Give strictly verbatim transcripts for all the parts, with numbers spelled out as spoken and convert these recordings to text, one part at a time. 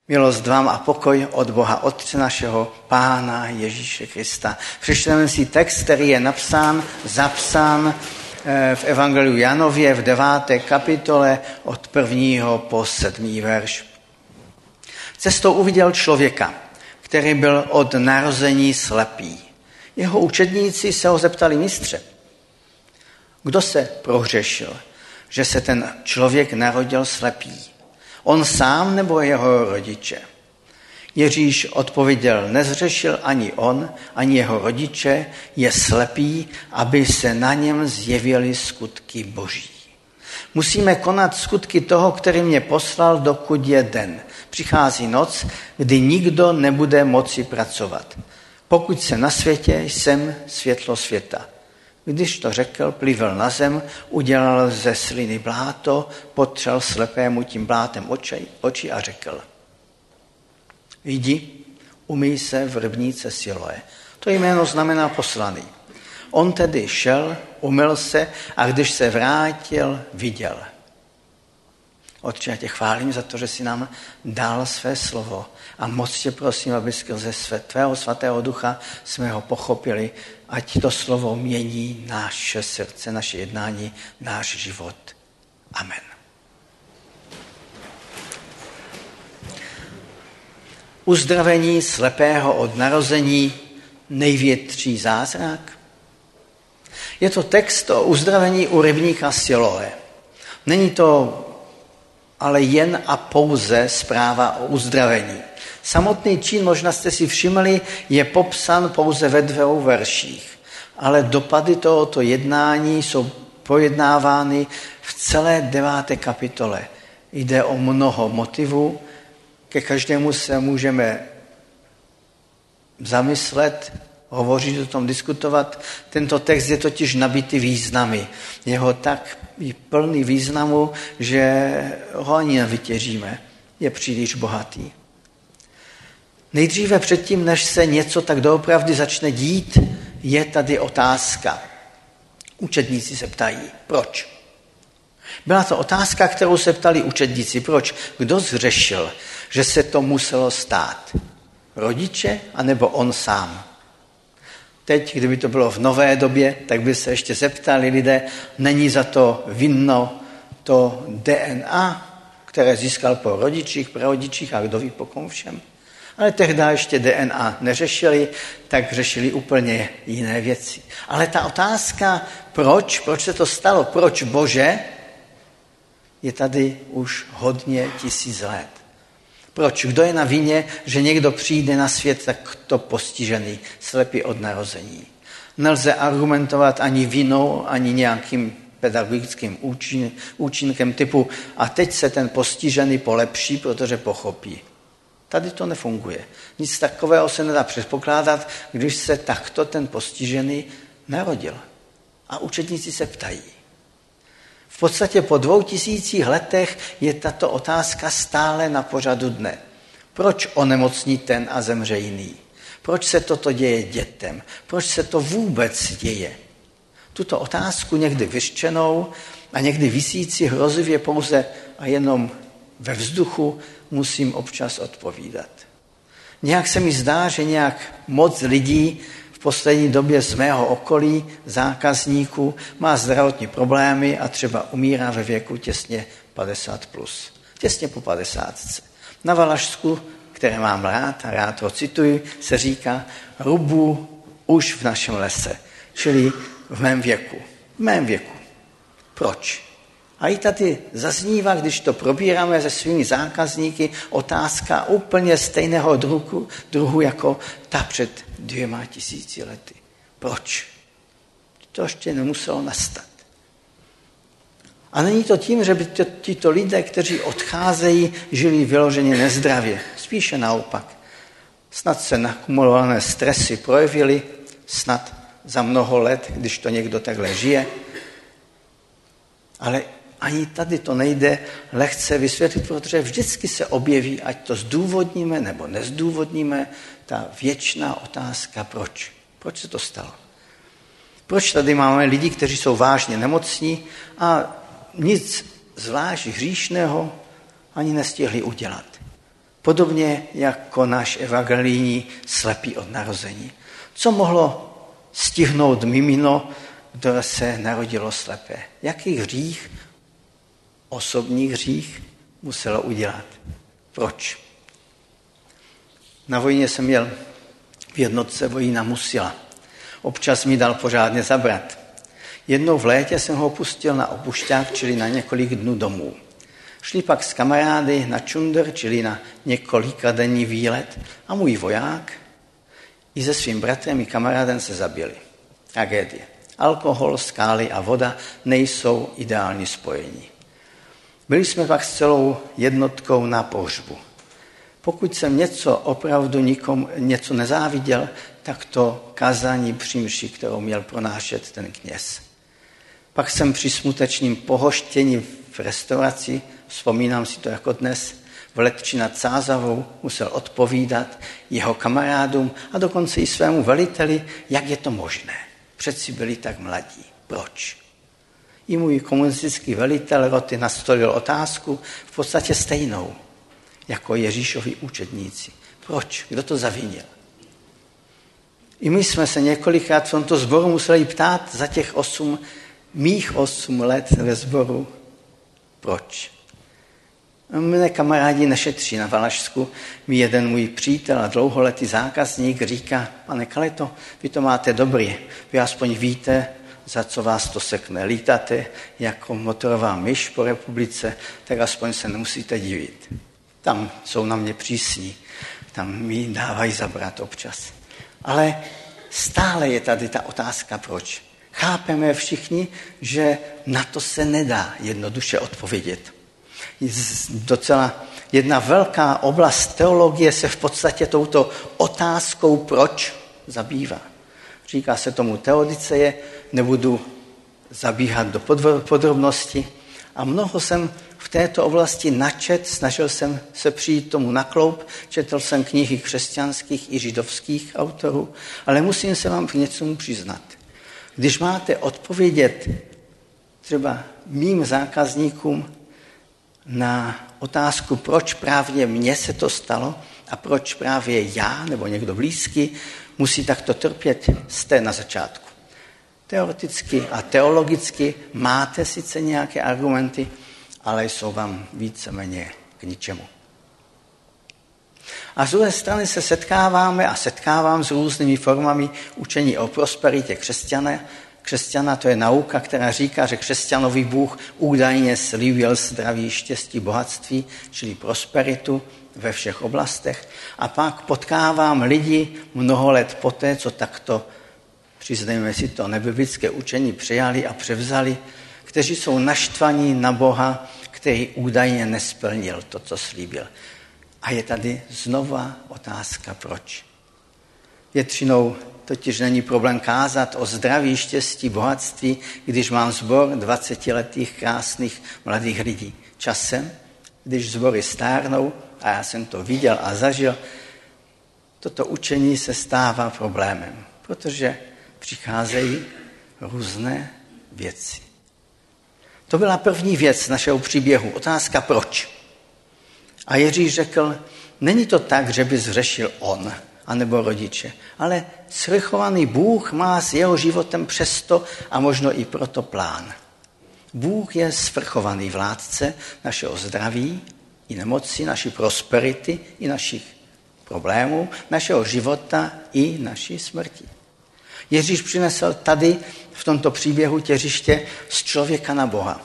Milost vám a pokoj od Boha Otce našeho, Pána Ježíše Krista. Přečteme si text, který je napsán, zapsán v Evangeliu Janově v deváté kapitole od prvního po sedmý verš. Cestou uviděl člověka, který byl od narození slepý. Jeho učedníci se ho zeptali: mistře, kdo se prohřešil, že se ten člověk narodil slepý? On sám nebo jeho rodiče? Ježíš odpověděl: nezřešil ani on, ani jeho rodiče, je slepý, aby se na něm zjevily skutky Boží. Musíme konat skutky toho, který mě poslal, dokud je den. Přichází noc, kdy nikdo nebude moci pracovat. Pokud jsem na světě, jsem světlo světa. Když to řekl, plivl na zem, udělal ze sliny bláto, potřel slepému tím blátem oči, oči a řekl: jdi, umyj se v rybníce Siloé. To jméno znamená poslaný. On tedy šel, umyl se a když se vrátil, viděl. Otče, já tě chválím za to, že jsi nám dal své slovo a moc tě prosím, aby skrze tvého svatého ducha jsme ho pochopili, ať to slovo mění naše srdce, naše jednání, náš život. Amen. Uzdravení slepého od narození, největší zázrak. Je to text o uzdravení u rybníka Siloé. Není to ale jen a pouze zpráva o uzdravení. Samotný čin, možná jste si všimli, je popsán pouze ve dvou verších, ale dopady tohoto jednání jsou pojednávány v celé deváté kapitole. Jde o mnoho motivů, ke každému se můžeme zamyslet, hovořit o tom, diskutovat. Tento text je totiž nabitý významy. Je ho tak plný významu, že ho ani nevytěžíme. Je příliš bohatý. Nejdříve předtím, než se něco tak doopravdy začne dít, je tady otázka. Učedníci se ptají, proč? Byla to otázka, kterou se ptali učedníci. Proč? Kdo zřešil, že se to muselo stát? Rodiče anebo on sám? Teď, kdyby to bylo v nové době, tak by se ještě zeptali lidé, není za to vinno to D N A, které získal po rodičích, prarodičích a kdo ví po kom všem. Ale tehdy ještě D N A neřešili, tak řešili úplně jiné věci. Ale ta otázka, proč, proč se to stalo, proč Bože, je tady už hodně tisíc let. Proč? Kdo je na vině, že někdo přijde na svět takto postižený, slepý od narození? Nelze argumentovat ani vinou, ani nějakým pedagogickým účin, účinkem typu a teď se ten postižený polepší, protože pochopí. Tady to nefunguje. Nic takového se nedá předpokládat, když se takto ten postižený narodil. A učedníci se ptají. V podstatě po dvou tisících letech je tato otázka stále na pořadu dne. Proč onemocní ten a zemře jiný? Proč se toto děje dětem? Proč se to vůbec děje? Tuto otázku někdy vyřčenou a někdy visící hrozivě pouze a jenom ve vzduchu musím občas odpovídat. Nějak se mi zdá, že nějak moc lidí v poslední době z mého okolí, zákazníků, má zdravotní problémy a třeba umírá ve věku těsně padesát plus. Těsně po padesátce. Na Valašsku, které mám rád a rád ho cituji, se říká rubu už v našem lese, čili v mém věku. V mém věku. Proč? A i tady zaznívá, když to probíráme se svými zákazníky, otázka úplně stejného druhu, druhu jako ta před dvěma tisíci lety. Proč? To ještě nemuselo nastat. A není to tím, že by tito lidé, kteří odcházejí, žili vyloženě nezdravě. Spíše naopak. Snad se nakumulované stresy projevily, snad za mnoho let, když to někdo takhle žije. Ale ani tady to nejde lehce vysvětlit, protože vždycky se objeví, ať to zdůvodníme nebo nezdůvodníme, ta věčná otázka, proč. Proč se to stalo? Proč tady máme lidi, kteří jsou vážně nemocní a nic zvlášť hříšného ani nestihli udělat? Podobně jako náš evangelijní slepý od narození. Co mohlo stihnout mimino, kdo se narodilo slepé? Jaký hřích, osobní hřích, muselo udělat? Proč? Na vojně jsem měl v jednotce vojína Musila. Občas mi dal pořádně zabrat. Jednou v létě jsem ho pustil na opušťák, čili na několik dnů domů. Šli pak s kamarády na čundr, čili na několikadenní výlet a můj voják i se svým bratrem i kamarádem se zabili. Tragédie. Alkohol, skály a voda nejsou ideální spojení. Byli jsme pak s celou jednotkou na pohřbu. Pokud jsem něco opravdu nikomu něco nezáviděl, tak to kázání při mši, kterou měl pronášet ten kněz. Pak jsem při smutečným pohoštění v restauraci, vzpomínám si to jako dnes, v Letči nad Sázavou musel odpovídat jeho kamarádům a dokonce i svému veliteli, jak je to možné. Přeci byli tak mladí. Proč? I můj komunistický velitel roty nastolil otázku v podstatě stejnou, jako Ježíšovi učedníci. Proč? Kdo to zavinil? I my jsme se několikrát v tomto sboru museli ptát za těch osm, mých osm let ve sboru. Proč? Mne kamarádi nešetří na Valašsku. Mi jeden můj přítel a dlouholetý zákazník říká, pane Kaleto, vy to máte dobrý, vy aspoň víte, za co vás to sekne. Lítáte jako motorová myš po republice, tak aspoň se nemusíte divit. Tam jsou na mě přísní, tam mi dávají zabrat občas. Ale stále je tady ta otázka, proč. Chápeme všichni, že na to se nedá jednoduše odpovědět. Docela jedna velká oblast teologie se v podstatě touto otázkou proč zabývá. Říká se tomu teodiceje, nebudu zabíhat do podrobností. A mnoho jsem v této oblasti načet, snažil jsem se přijít tomu na kloup, četl jsem knihy křesťanských i židovských autorů, ale musím se vám k něčemu přiznat. Když máte odpovědět třeba mým zákazníkům na otázku, proč právě mně se to stalo a proč právě já nebo někdo blízký musí takto trpět, jste na začátku. Teoreticky a teologicky máte sice nějaké argumenty, ale jsou vám víceméně k ničemu. A z druhé strany se setkáváme a setkávám s různými formami učení o prosperitě křesťana. Křesťana to je nauka, která říká, že křesťanový Bůh údajně slíbil zdraví, štěstí, bohatství, čili prosperitu ve všech oblastech. A pak potkávám lidi mnoho let poté, co takto, přiznejme si to, nebiblické učení přijali a převzali, kteří jsou naštvaní na Boha, který údajně nesplnil to, co slíbil. A je tady znova otázka, proč. Většinou totiž není problém kázat o zdraví, štěstí, bohatství, když mám sbor dvacetiletých krásných mladých lidí. Časem, když sbory stárnou, a já jsem to viděl a zažil, toto učení se stává problémem, protože přicházejí různé věci. To byla první věc našeho příběhu. Otázka proč. A Ježíš řekl, není to tak, že by zřešil on, anebo rodiče, ale svrchovaný Bůh má s jeho životem přesto a možno i proto plán. Bůh je svrchovaný vládce našeho zdraví i nemoci, naší prosperity i našich problémů, našeho života i naší smrti. Ježíš přinesl tady v tomto příběhu těžiště z člověka na Boha.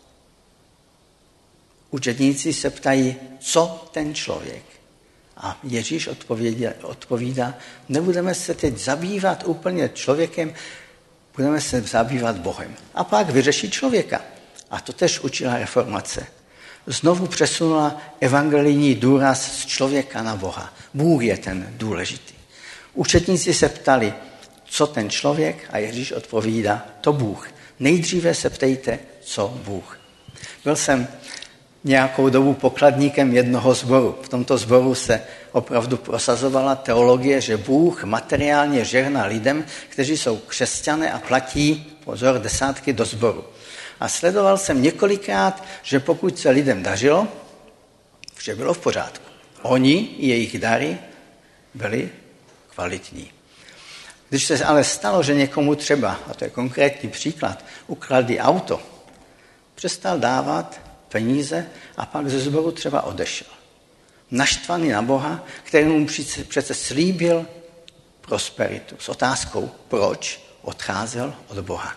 Učedníci se ptají, co ten člověk? A Ježíš odpovědě, odpovídá, nebudeme se teď zabývat úplně člověkem, budeme se zabývat Bohem. A pak vyřeší člověka. A to tež učila reformace. Znovu přesunula evangelijní důraz z člověka na Boha. Bůh je ten důležitý. Učedníci se ptali, co ten člověk? A Ježíš odpovídá, to Bůh. Nejdříve se ptejte, co Bůh. Byl jsem nějakou dobu pokladníkem jednoho sboru. V tomto sboru se opravdu prosazovala teologie, že Bůh materiálně žehná lidem, kteří jsou křesťané a platí, pozor, desátky do sboru. A sledoval jsem několikrát, že pokud se lidem dařilo, vše bylo v pořádku. Oni, jejich dary, byli kvalitní. Když se ale stalo, že někomu třeba, a to je konkrétní příklad, ukradli auto, přestal dávat peníze a pak ze sboru třeba odešel. Naštvaný na Boha, který mu přece slíbil prosperitu. S otázkou, proč odcházel od Boha.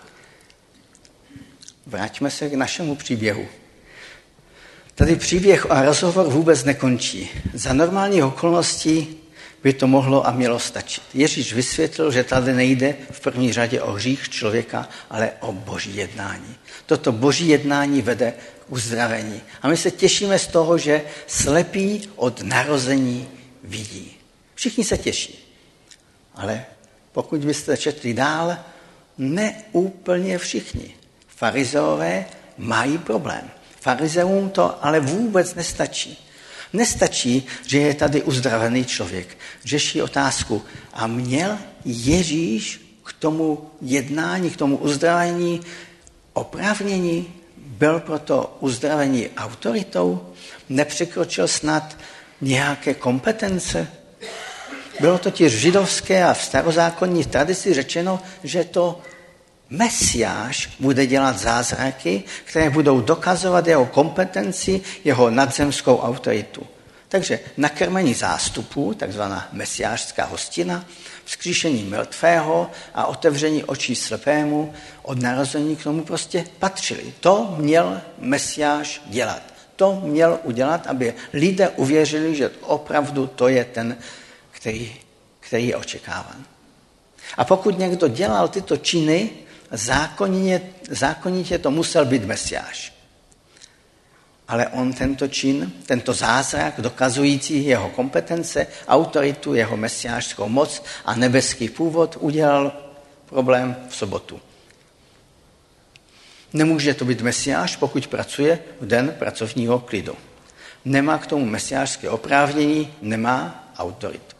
Vraťme se k našemu příběhu. Tady příběh a rozhovor vůbec nekončí. Za normálních okolností by to mohlo a mělo stačit. Ježíš vysvětlil, že tady nejde v první řadě o hřích člověka, ale o boží jednání. Toto boží jednání vede k uzdravení. A my se těšíme z toho, že slepí od narození vidí. Všichni se těší. Ale pokud byste četli dál, ne úplně všichni. Farizeové mají problém. Farizeům to ale vůbec nestačí. Nestačí, že je tady uzdravený člověk. Řeší otázku, a měl Ježíš k tomu jednání, k tomu uzdravení oprávnění? Byl proto uzdravení autoritou? Nepřekročil snad nějaké kompetence? Bylo totiž v židovské a v starozákonní tradici řečeno, že to Mesiáš bude dělat zázraky, které budou dokazovat jeho kompetenci, jeho nadzemskou autoritu. Takže nakrmení zástupů, takzvaná mesiášská hostina, vzkříšení mrtvého a otevření očí slepému od narození k tomu prostě patřili. To měl Mesiáš dělat. To měl udělat, aby lidé uvěřili, že opravdu to je ten, který, který je očekáván. A pokud někdo dělal tyto činy, zákonitě, zákonitě to musel být Mesiáš. Ale on tento čin, tento zázrak dokazující jeho kompetence, autoritu, jeho mesiášskou moc a nebeský původ udělal problém v sobotu. Nemůže to být Mesiáš, pokud pracuje v den pracovního klidu. Nemá k tomu mesiášské oprávnění, nemá autoritu.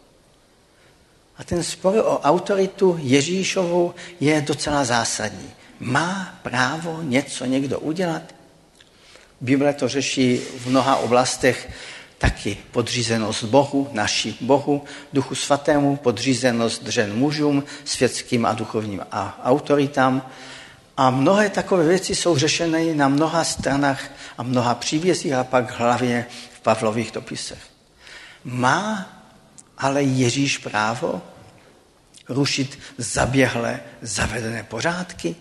A ten spor o autoritu Ježíšovu je docela zásadní. Má právo něco někdo udělat? Bible to řeší v mnoha oblastech taky podřízenost Bohu, naší Bohu, Duchu Svatému, podřízenost žen mužům, světským a duchovním a autoritám. A mnohé takové věci jsou řešené na mnoha stranách a mnoha příbězích a pak hlavně v Pavlových dopisech. Má ale Ježíš právo rušit zaběhlé, zavedené pořádky?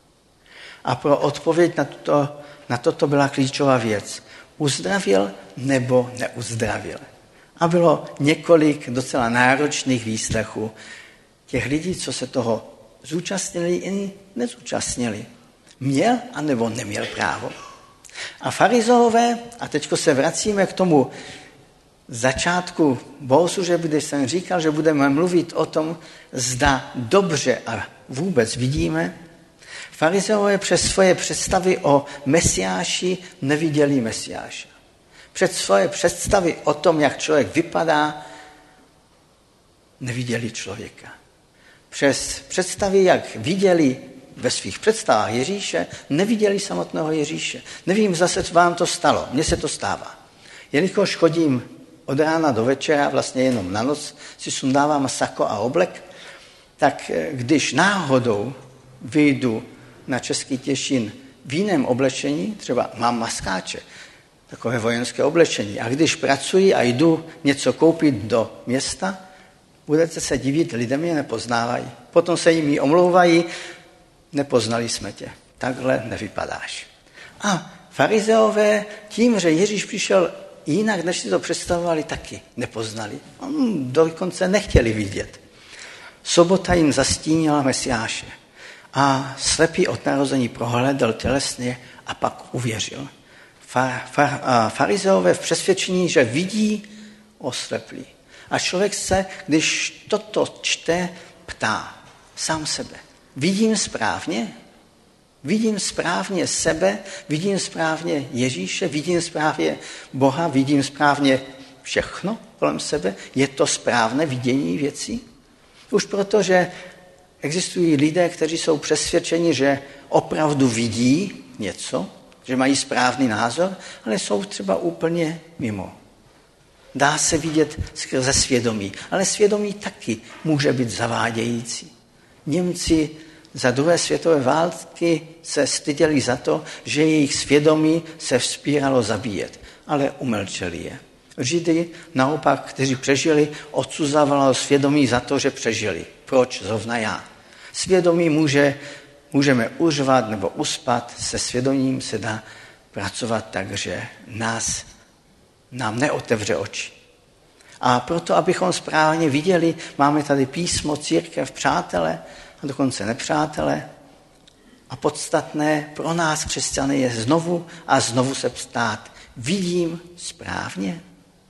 A pro odpověď na, to, na toto byla klíčová věc. Uzdravil nebo neuzdravil? A bylo několik docela náročných výslechů těch lidí, co se toho zúčastnili i nezúčastnili. Měl anebo neměl právo? A farizeové, a teď se vracíme k tomu začátku bohoslužeb, kdy jsem říkal, že budeme mluvit o tom, zda dobře a vůbec vidíme. Farizeové přes svoje představy o Mesiáši neviděli Mesiáše. Před svoje představy o tom, jak člověk vypadá, neviděli člověka. Přes představy, jak viděli ve svých představách Ježíše, neviděli samotného Ježíše. Nevím, zase vám to stalo, mně se to stává. Jelikož chodím od rána do večera, vlastně jenom na noc si sundávám sako a oblek, tak když náhodou vyjdu na Český Těšín v jiném oblečení, třeba mám maskáče, takové vojenské oblečení, a když pracuji a jdu něco koupit do města, budete se divit, lidé mě nepoznávají. Potom se jim jí omlouvají, nepoznali jsme tě, takhle nevypadáš. A farizeové tím, že Ježíš přišel jinak, než si to představovali, taky nepoznali. Dokonce nechtěli vidět. Sobota jim zastínila Mesiáše a slepý od narození prohlédl tělesně a pak uvěřil. Far, far, farizeové v přesvědčení, že vidí, osleplí. A člověk se, když toto čte, ptá sám sebe. Vidím správně? Vidím správně sebe, vidím správně Ježíše, vidím správně Boha, vidím správně všechno kolem sebe. Je to správné vidění věcí? Už proto, že existují lidé, kteří jsou přesvědčeni, že opravdu vidí něco, že mají správný názor, ale jsou třeba úplně mimo. dá se vidět skrze svědomí, ale svědomí taky může být zavádějící. Němci za druhé světové války se styděli za to, že jejich svědomí se vzpíralo zabíjet, ale umlčeli je. Židy naopak, kteří přežili, odsuzávalo svědomí za to, že přežili. Proč? Zrovna já. Svědomí může, můžeme užvat nebo uspat, se svědomím se dá pracovat tak, že nás, nám neotevře oči. A proto, abychom správně viděli, máme tady písmo, církev, přátelé, a dokonce nepřátelé. A podstatné pro nás, křesťany, je znovu a znovu se ptát. Vidím správně?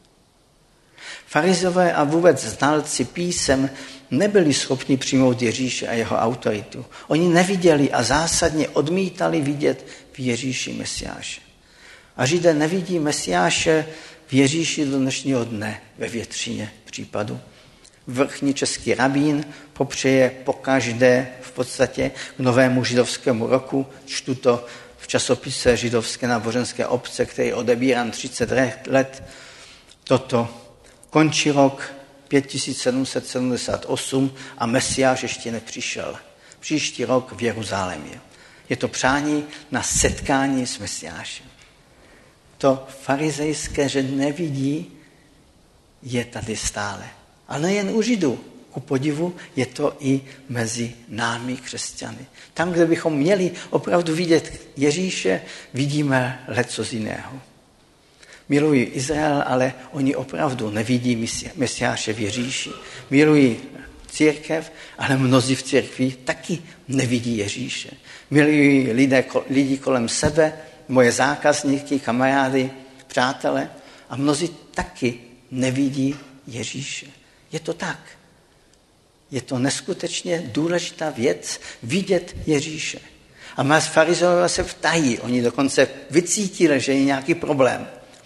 Farizové a vůbec znalci písem nebyli schopni přijmout Ježíše a jeho autoritu. Oni neviděli a zásadně odmítali vidět v Ježíši Mesiáše. A Židé nevidí Mesiáše v Ježíši do dnešního dne ve většině případů. Vrchní český rabín popřeje pokaždé v podstatě k novému židovskému roku. Čtu to v časopise Židovské náboženské obce, který je odebírán třicet let. Toto končí rok pět tisíc sedm set sedmdesát osm a Mesiáš ještě nepřišel. Příští rok v Jeruzalémě. Je to přání na setkání s Mesiášem. To farizejské, že nevidí, je tady stále. A nejen u Židů. Ku podivu je to i mezi námi křesťany. Tam, kde bychom měli opravdu vidět Ježíše, vidíme leco z jiného. Milují Izrael, ale oni opravdu nevidí Mesiáše v Ježíši. Milují církev, ale mnozí v církvi taky nevidí Ježíše. Milují lidé, lidi kolem sebe, moje zákazníky, kamarády, přátelé a mnozí taky nevidí Ježíše. Je to tak. Je to neskutečně důležitá věc vidět Ježíše. A nás farizové se ptají, oni dokonce vycítili, že je nějaký problém.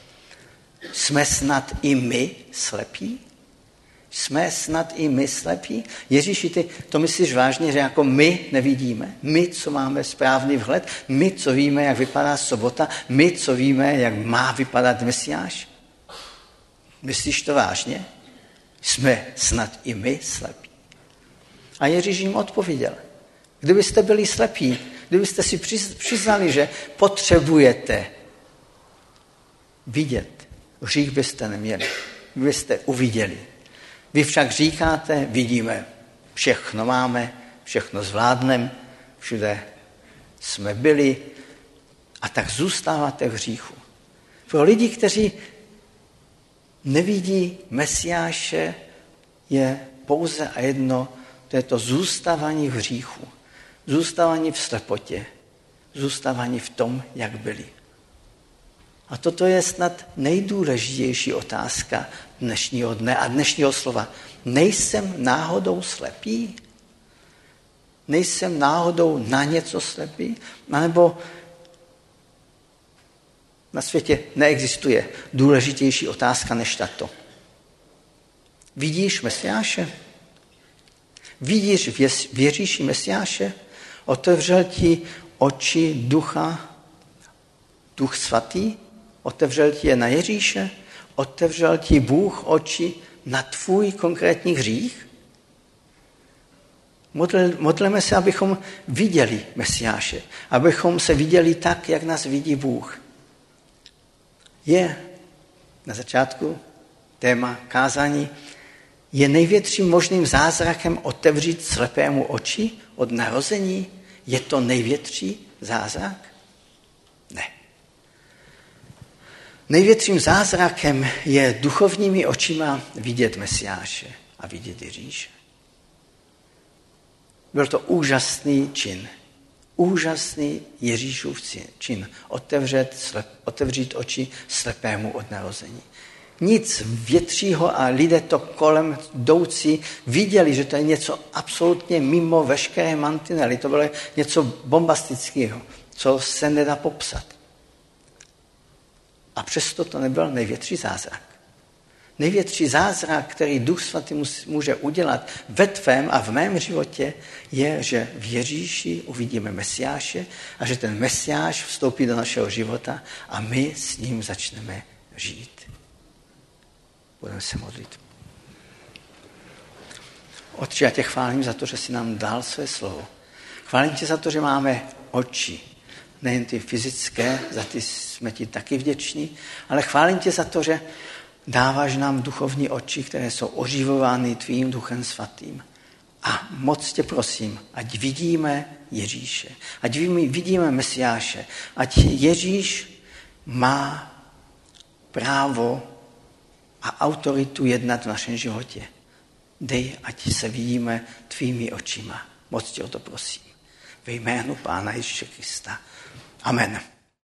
Jsme snad i my slepí? Jsme snad i my slepí? Ježíši, ty to myslíš vážně, že jako my nevidíme? My, co máme správný vhled? My, co víme, jak vypadá sobota? My, co víme, jak má vypadat Mesiáš? Myslíš to vážně? Jsme snad i my slepí. A Ježíš jim odpověděl. Kdybyste byli slepí, kdybyste si přiznali, že potřebujete vidět, hřích byste neměli, byste uviděli. Vy však říkáte, vidíme, všechno máme, všechno zvládneme, všude jsme byli a tak zůstáváte v hříchu. Pro lidi, kteří nevidí Mesiáše, je pouze a jedno, to je to zůstávání v hříchu, zůstávání v slepotě, zůstávání v tom, jak byli. A toto je snad nejdůležitější otázka dnešního dne a dnešního slova. Nejsem náhodou slepý? Nejsem náhodou na něco slepý? Nebo na světě neexistuje důležitější otázka než tato. Vidíš Mesiáše? Vidíš v Ježíši Mesiáše? Otevřel ti oči ducha, Duch Svatý? Otevřel ti je na Ježíše? Otevřel ti Bůh oči na tvůj konkrétní hřích? Modleme se, abychom viděli Mesiáše, abychom se viděli tak, jak nás vidí Bůh. Je na začátku téma kázání, je největším možným zázrakem otevřít slepému oči od narození? Je to největší zázrak? Ne. Největším zázrakem je duchovními očima vidět Mesiáše a vidět Ježíše. Byl to úžasný čin. Úžasný Ježíšův čin. Otevřít, slep, otevřít oči slepému od narození. Nic většího a lidé to kolem jdoucí viděli, že to je něco absolutně mimo veškeré mantinely. To bylo něco bombastického, co se nedá popsat. A přesto to nebyl největší zázrak. Největší zázrak, který Duch Svatý může udělat ve tvém a v mém životě, je, že v Ježíši uvidíme Mesiáše a že ten Mesiáš vstoupí do našeho života a my s ním začneme žít. Budeme se modlit. Otče, já tě chválím za to, že jsi nám dal své slovo. Chválím tě za to, že máme oči. Nejen ty fyzické, za ty jsme ti taky vděční, ale chválím tě za to, že dáváš nám duchovní oči, které jsou oživovány tvým duchem svatým. A moc tě prosím, ať vidíme Ježíše, ať vidíme Mesiáše, ať Ježíš má právo a autoritu jednat v našem životě. Dej, ať se vidíme tvými očima. Moc tě o to prosím. Ve jménu Pána Ježíše Krista. Amen.